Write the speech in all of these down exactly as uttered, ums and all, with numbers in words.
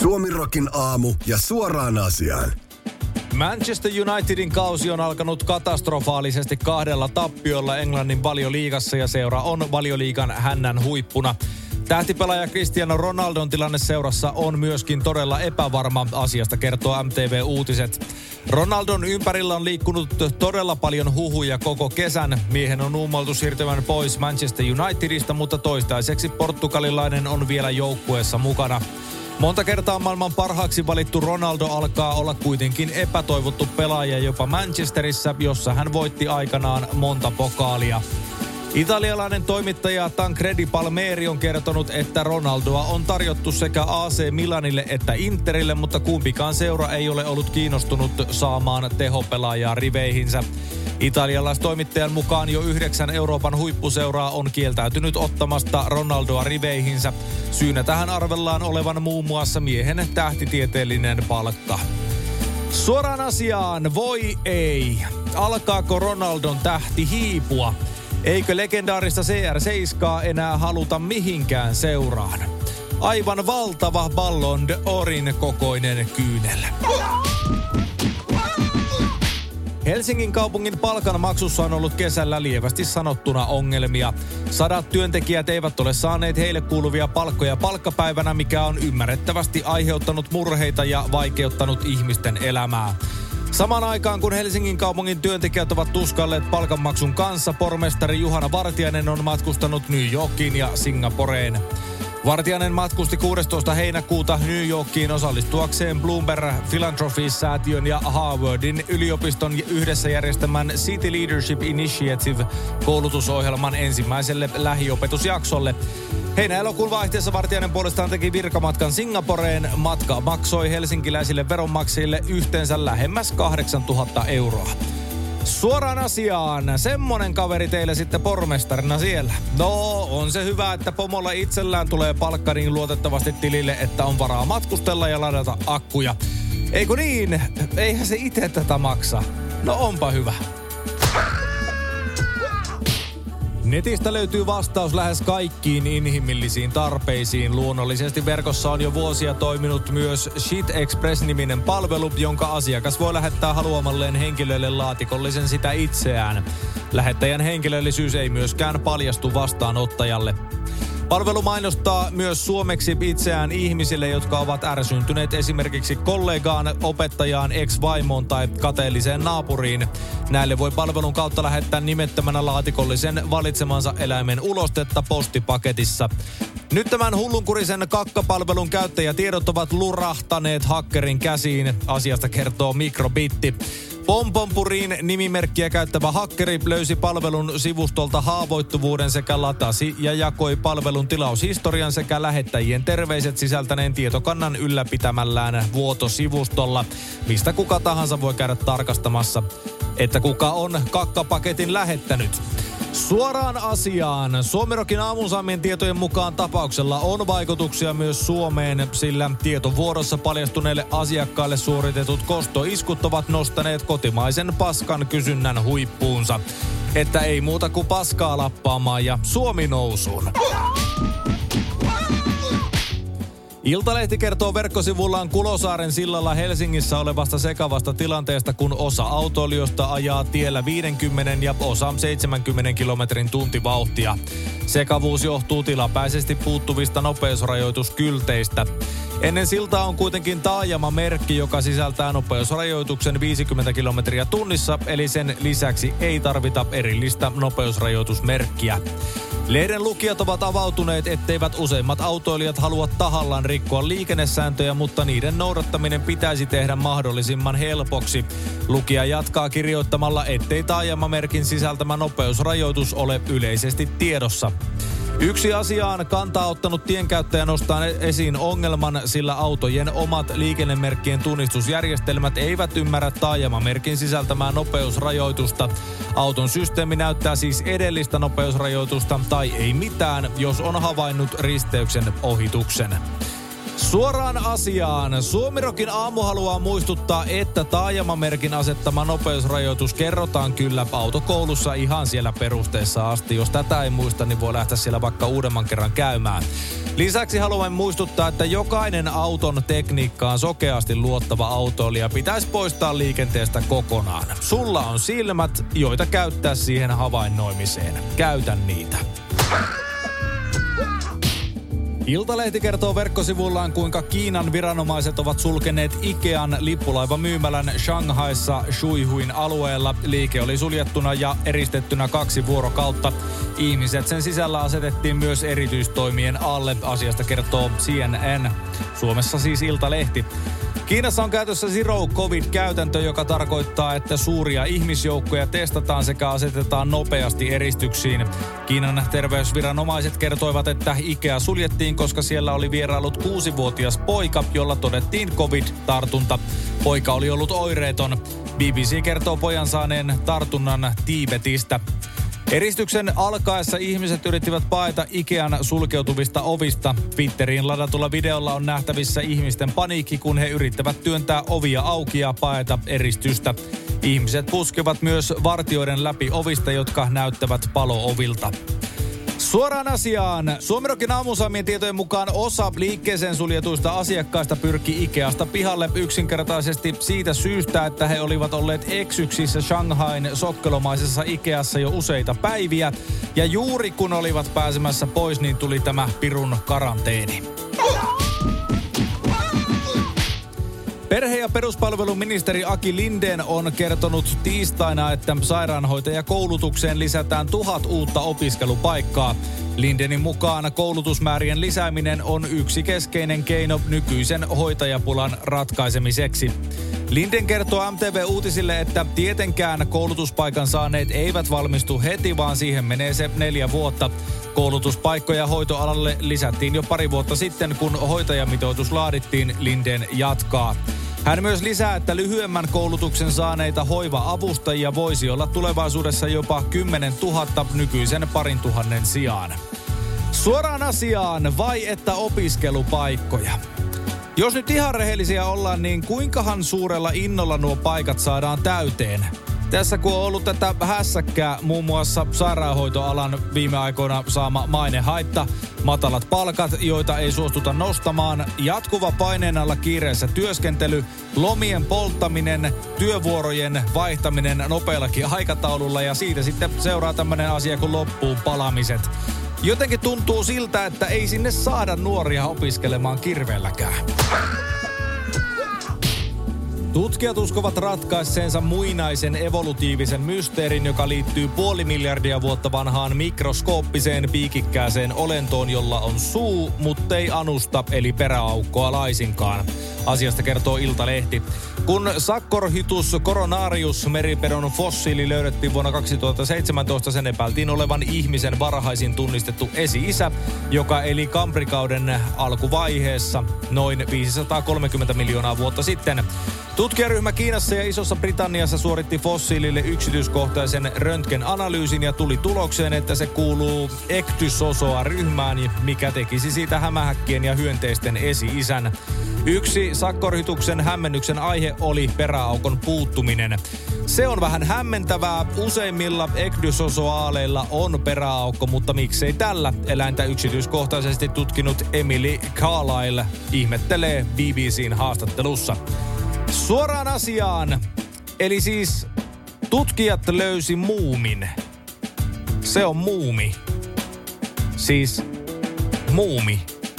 Suomi-rokin aamu ja suoraan asiaan. Manchester Unitedin kausi on alkanut katastrofaalisesti kahdella tappiolla Englannin Valioliigassa ja seura on Valioliigan hännän huippuna. Tähtipelaaja Cristiano Ronaldon tilanne seurassa on myöskin todella epävarma. Asiasta kertoo M T V Uutiset. Ronaldon ympärillä on liikkunut todella paljon huhuja koko kesän. Miehen on uumoiltu siirtyvän pois Manchester Unitedista, mutta toistaiseksi portugalilainen on vielä joukkueessa mukana. Monta kertaa maailman parhaaksi valittu Ronaldo alkaa olla kuitenkin epätoivottu pelaaja jopa Manchesterissa, jossa hän voitti aikanaan monta pokaalia. Italialainen toimittaja Tancredi Palmeri on kertonut, että Ronaldoa on tarjottu sekä A C Milanille että Interille, mutta kumpikaan seura ei ole ollut kiinnostunut saamaan tehopelaajaa riveihinsä. Italialaistoimittajan mukaan jo yhdeksän Euroopan huippuseuraa on kieltäytynyt ottamasta Ronaldoa riveihinsä. Syynä tähän arvellaan olevan muun muassa miehen tähtitieteellinen palkka. Suoraan asiaan, voi ei. Alkaako Ronaldon tähti hiipua? Eikö legendaarista C R seitsemän enää haluta mihinkään seuraan? Aivan valtava Ballon d'Orin kokoinen kyynel. Helsingin kaupungin palkanmaksussa on ollut kesällä lievästi sanottuna ongelmia. Sadat työntekijät eivät ole saaneet heille kuuluvia palkkoja palkkapäivänä, mikä on ymmärrettävästi aiheuttanut murheita ja vaikeuttanut ihmisten elämää. Samaan aikaan, kun Helsingin kaupungin työntekijät ovat tuskalleet palkanmaksun kanssa, pormestari Juhana Vartiainen on matkustanut New Yorkiin ja Singaporeen. Vartiainen matkusti kuudestoista heinäkuuta New Yorkiin osallistuakseen Bloomberg Philanthropy-säätiön ja Harvardin yliopiston yhdessä järjestämän City Leadership Initiative-koulutusohjelman ensimmäiselle lähiopetusjaksolle. Heinä-elokuun vaihteessa Vartiainen puolestaan teki virkamatkan Singaporeen. Matka maksoi helsinkiläisille veronmaksajille yhteensä lähemmäs kahdeksantuhatta euroa. Suoraan asiaan, semmonen kaveri teille sitten pormestarina siellä. No, on se hyvä, että pomolla itsellään tulee palkka niin luotettavasti tilille, että on varaa matkustella ja ladata akkuja. Eikö niin? Eihän se itse tätä maksa. No onpa hyvä. Netistä löytyy vastaus lähes kaikkiin inhimillisiin tarpeisiin. Luonnollisesti verkossa on jo vuosia toiminut myös Shit Express-niminen palvelu, jonka asiakas voi lähettää haluamalleen henkilölle laatikollisen sitä itseään. Lähettäjän henkilöllisyys ei myöskään paljastu vastaanottajalle. Palvelu mainostaa myös suomeksi itseään ihmisille, jotka ovat ärsyntyneet esimerkiksi kollegaan, opettajaan, ex-vaimoon tai kateelliseen naapuriin. Näille voi palvelun kautta lähettää nimettömänä laatikollisen valitsemansa eläimen ulostetta postipaketissa. Nyt tämän hullunkurisen kakkapalvelun käyttäjätiedot ovat lurahtaneet hakkerin käsiin. Asiasta kertoo Mikrobitti. Pompompuriin nimimerkkiä käyttävä hakkeri löysi palvelun sivustolta haavoittuvuuden sekä latasi ja jakoi palvelun tilaushistorian sekä lähettäjien terveiset sisältäneen tietokannan ylläpitämällään vuotosivustolla, mistä kuka tahansa voi käydä tarkastamassa, että kuka on kakkapaketin lähettänyt. Suoraan asiaan. Suomi-rokin aamun saamien tietojen mukaan tapauksella on vaikutuksia myös Suomeen, sillä tietovuorossa paljastuneille asiakkaille suoritetut kostoiskut ovat nostaneet kotimaisen paskan kysynnän huippuunsa. Että ei muuta kuin paskaa lappaamaan ja Suomi nousuun. Iltalehti kertoo verkkosivullaan Kulosaaren sillalla Helsingissä olevasta sekavasta tilanteesta, kun osa autoilijoista ajaa tiellä viisikymmentä ja osa seitsemänkymmentä kilometrin tuntivauhtia. Sekavuus johtuu tilapäisesti puuttuvista nopeusrajoituskylteistä. Ennen siltaa on kuitenkin taajama-merkki, joka sisältää nopeusrajoituksen viisikymmentä kilometriä tunnissa, eli sen lisäksi ei tarvita erillistä nopeusrajoitusmerkkiä. Lehden lukijat ovat avautuneet, etteivät useimmat autoilijat halua tahallaan rikkoa liikennesääntöjä, mutta niiden noudattaminen pitäisi tehdä mahdollisimman helpoksi. Lukija jatkaa kirjoittamalla, ettei taajamamerkin sisältämä nopeusrajoitus ole yleisesti tiedossa. Yksi asiaan kantaa ottanut tienkäyttäjä nostaa esiin ongelman, sillä autojen omat liikennemerkkien tunnistusjärjestelmät eivät ymmärrä taajamamerkin sisältämää nopeusrajoitusta. Auton systeemi näyttää siis edellistä nopeusrajoitusta tai ei mitään, jos on havainnut risteyksen ohituksen. Suoraan asiaan. Suomirokin aamu haluaa muistuttaa, että taajamamerkin asettama nopeusrajoitus kerrotaan kyllä autokoulussa ihan siellä perusteessa asti. Jos tätä ei muista, niin voi lähteä siellä vaikka uudemman kerran käymään. Lisäksi haluamme muistuttaa, että jokainen auton tekniikkaan sokeasti luottava autoilija pitäisi poistaa liikenteestä kokonaan. Sulla on silmät, joita käyttää siihen havainnoimiseen. Käytä niitä. Iltalehti kertoo verkkosivullaan, kuinka Kiinan viranomaiset ovat sulkeneet Ikean lippulaivamyymälän Shanghaissa Shuihuin alueella. Liike oli suljettuna ja eristettynä kaksi vuorokautta. Ihmiset sen sisällä asetettiin myös erityistoimien alle. Asiasta kertoo C N N. Suomessa siis Iltalehti. Kiinassa on käytössä Zero Covid-käytäntö, joka tarkoittaa, että suuria ihmisjoukkoja testataan sekä asetetaan nopeasti eristyksiin. Kiinan terveysviranomaiset kertoivat, että Ikea suljettiin, koska siellä oli vierailut kuusivuotias poika, jolla todettiin Covid-tartunta. Poika oli ollut oireeton. B B C kertoo pojan saaneen tartunnan Tiibetistä. Eristyksen alkaessa ihmiset yrittivät paeta Ikean sulkeutuvista ovista. Twitteriin ladatulla videolla on nähtävissä ihmisten paniikki, kun he yrittävät työntää ovia auki ja paeta eristystä. Ihmiset puskevat myös vartijoiden läpi ovista, jotka näyttävät palo-ovilta. Suoraan asiaan. Suomirokin aamusaamien tietojen mukaan osa liikkeeseen suljetuista asiakkaista pyrki Ikeasta pihalle yksinkertaisesti siitä syystä, että he olivat olleet eksyksissä Shanghain sokkelomaisessa Ikeassa jo useita päiviä. Ja juuri kun olivat pääsemässä pois, niin tuli tämä pirun karanteeni. Perhe- ja peruspalveluministeri Aki Lindén on kertonut tiistaina, että sairaanhoitajakoulutukseen lisätään tuhat uutta opiskelupaikkaa. Lindénin mukaan koulutusmäärien lisääminen on yksi keskeinen keino nykyisen hoitajapulan ratkaisemiseksi. Lindén kertoo M T V-uutisille, että tietenkään koulutuspaikan saaneet eivät valmistu heti, vaan siihen menee se neljä vuotta. Koulutuspaikkoja hoitoalalle lisättiin jo pari vuotta sitten, kun hoitajamitoitus laadittiin, Lindén jatkaa. Hän myös lisää, että lyhyemmän koulutuksen saaneita hoiva-avustajia voisi olla tulevaisuudessa jopa kymmenen tuhatta nykyisen parin tuhannen sijaan. Suoraan asiaan, vai että opiskelupaikkoja? Jos nyt ihan rehellisiä ollaan, niin kuinkahan suurella innolla nuo paikat saadaan täyteen? Tässä kun on ollut tätä hässäkkää, muun muassa sairaanhoitoalan viime aikoina saama mainehaitta, matalat palkat, joita ei suostuta nostamaan, jatkuva paineen alla kiireessä työskentely, lomien polttaminen, työvuorojen vaihtaminen nopeallakin aikataululla ja siitä sitten seuraa tämmöinen asia kuin loppuun palamiset. Jotenkin tuntuu siltä, että ei sinne saada nuoria opiskelemaan kirveelläkään. Tutkijat uskovat ratkaisseensa muinaisen evolutiivisen mysteerin, joka liittyy puoli miljardia vuotta vanhaan mikroskooppiseen piikikkääseen olentoon, jolla on suu, mutta ei anusta eli peräaukkoa laisinkaan. Asiasta kertoo Iltalehti. Kun Saccharomyces coronarius meripedon fossiili löydettiin vuonna kaksituhattaseitsemäntoista, sen epäiltiin olevan ihmisen varhaisin tunnistettu esi-isä, joka eli kambrikauden alkuvaiheessa noin viisisataakolmekymmentä miljoonaa vuotta sitten. Tutkijaryhmä Kiinassa ja Isossa Britanniassa suoritti fossiilille yksityiskohtaisen röntgenanalyysin ja tuli tulokseen, että se kuuluu Ecdysozoa-ryhmään, mikä tekisi siitä hämähäkkien ja hyönteisten esi-isän. Yksi Saccharomycesen hämmennyksen aihe oli peräaukon puuttuminen. Se on vähän hämmentävää. Useimmilla Ecdysozoaaleilla on peräaukko, mutta miksei tällä? Eläintä yksityiskohtaisesti tutkinut Emily Carlyle ihmettelee B B C:n haastattelussa. Suoraan asiaan. Eli siis tutkijat löysi muumin. Se on muumi. Siis muumi.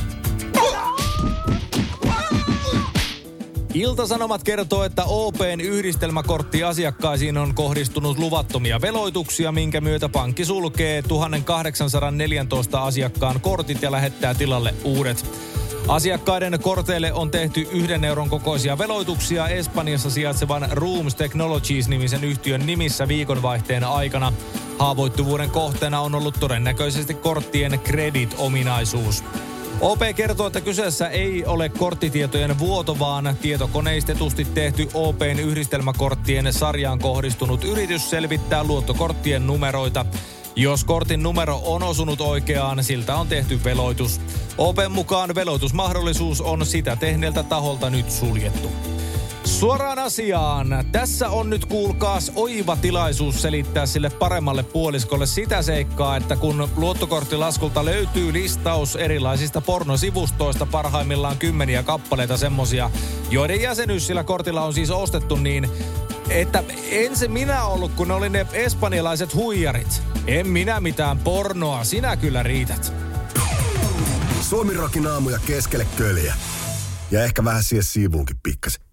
Ilta-Sanomat kertoo, että O P:n yhdistelmäkorttiasiakkaisiin on kohdistunut luvattomia veloituksia, minkä myötä pankki sulkee tuhatkahdeksansataaneljätoista asiakkaan kortit ja lähettää tilalle uudet. Asiakkaiden korteille on tehty yhden euron kokoisia veloituksia Espanjassa sijaitsevan Rooms Technologies-nimisen yhtiön nimissä viikonvaihteen aikana. Haavoittuvuuden kohteena on ollut todennäköisesti korttien credit-ominaisuus. O P kertoo, että kyseessä ei ole korttitietojen vuoto, vaan tietokoneistetusti tehty O P:n yhdistelmäkorttien sarjaan kohdistunut yritys selvittää luottokorttien numeroita. Jos kortin numero on osunut oikeaan, siltä on tehty veloitus. Open mukaan veloitusmahdollisuus on sitä tehneeltä taholta nyt suljettu. Suoraan asiaan. Tässä on nyt kuulkaas oiva tilaisuus selittää sille paremmalle puoliskolle sitä seikkaa, että kun luottokorttilaskulta löytyy listaus erilaisista pornosivustoista, parhaimmillaan kymmeniä kappaleita semmosia, joiden jäsenyys sillä kortilla on siis ostettu, niin että en se minä ollut, kun oli ne espanjalaiset huijarit. En minä mitään pornoa, sinä kyllä riität. Suomi Rockin aamuja keskelle köljä. Ja ehkä vähän siihen siivuunkin pikkasen.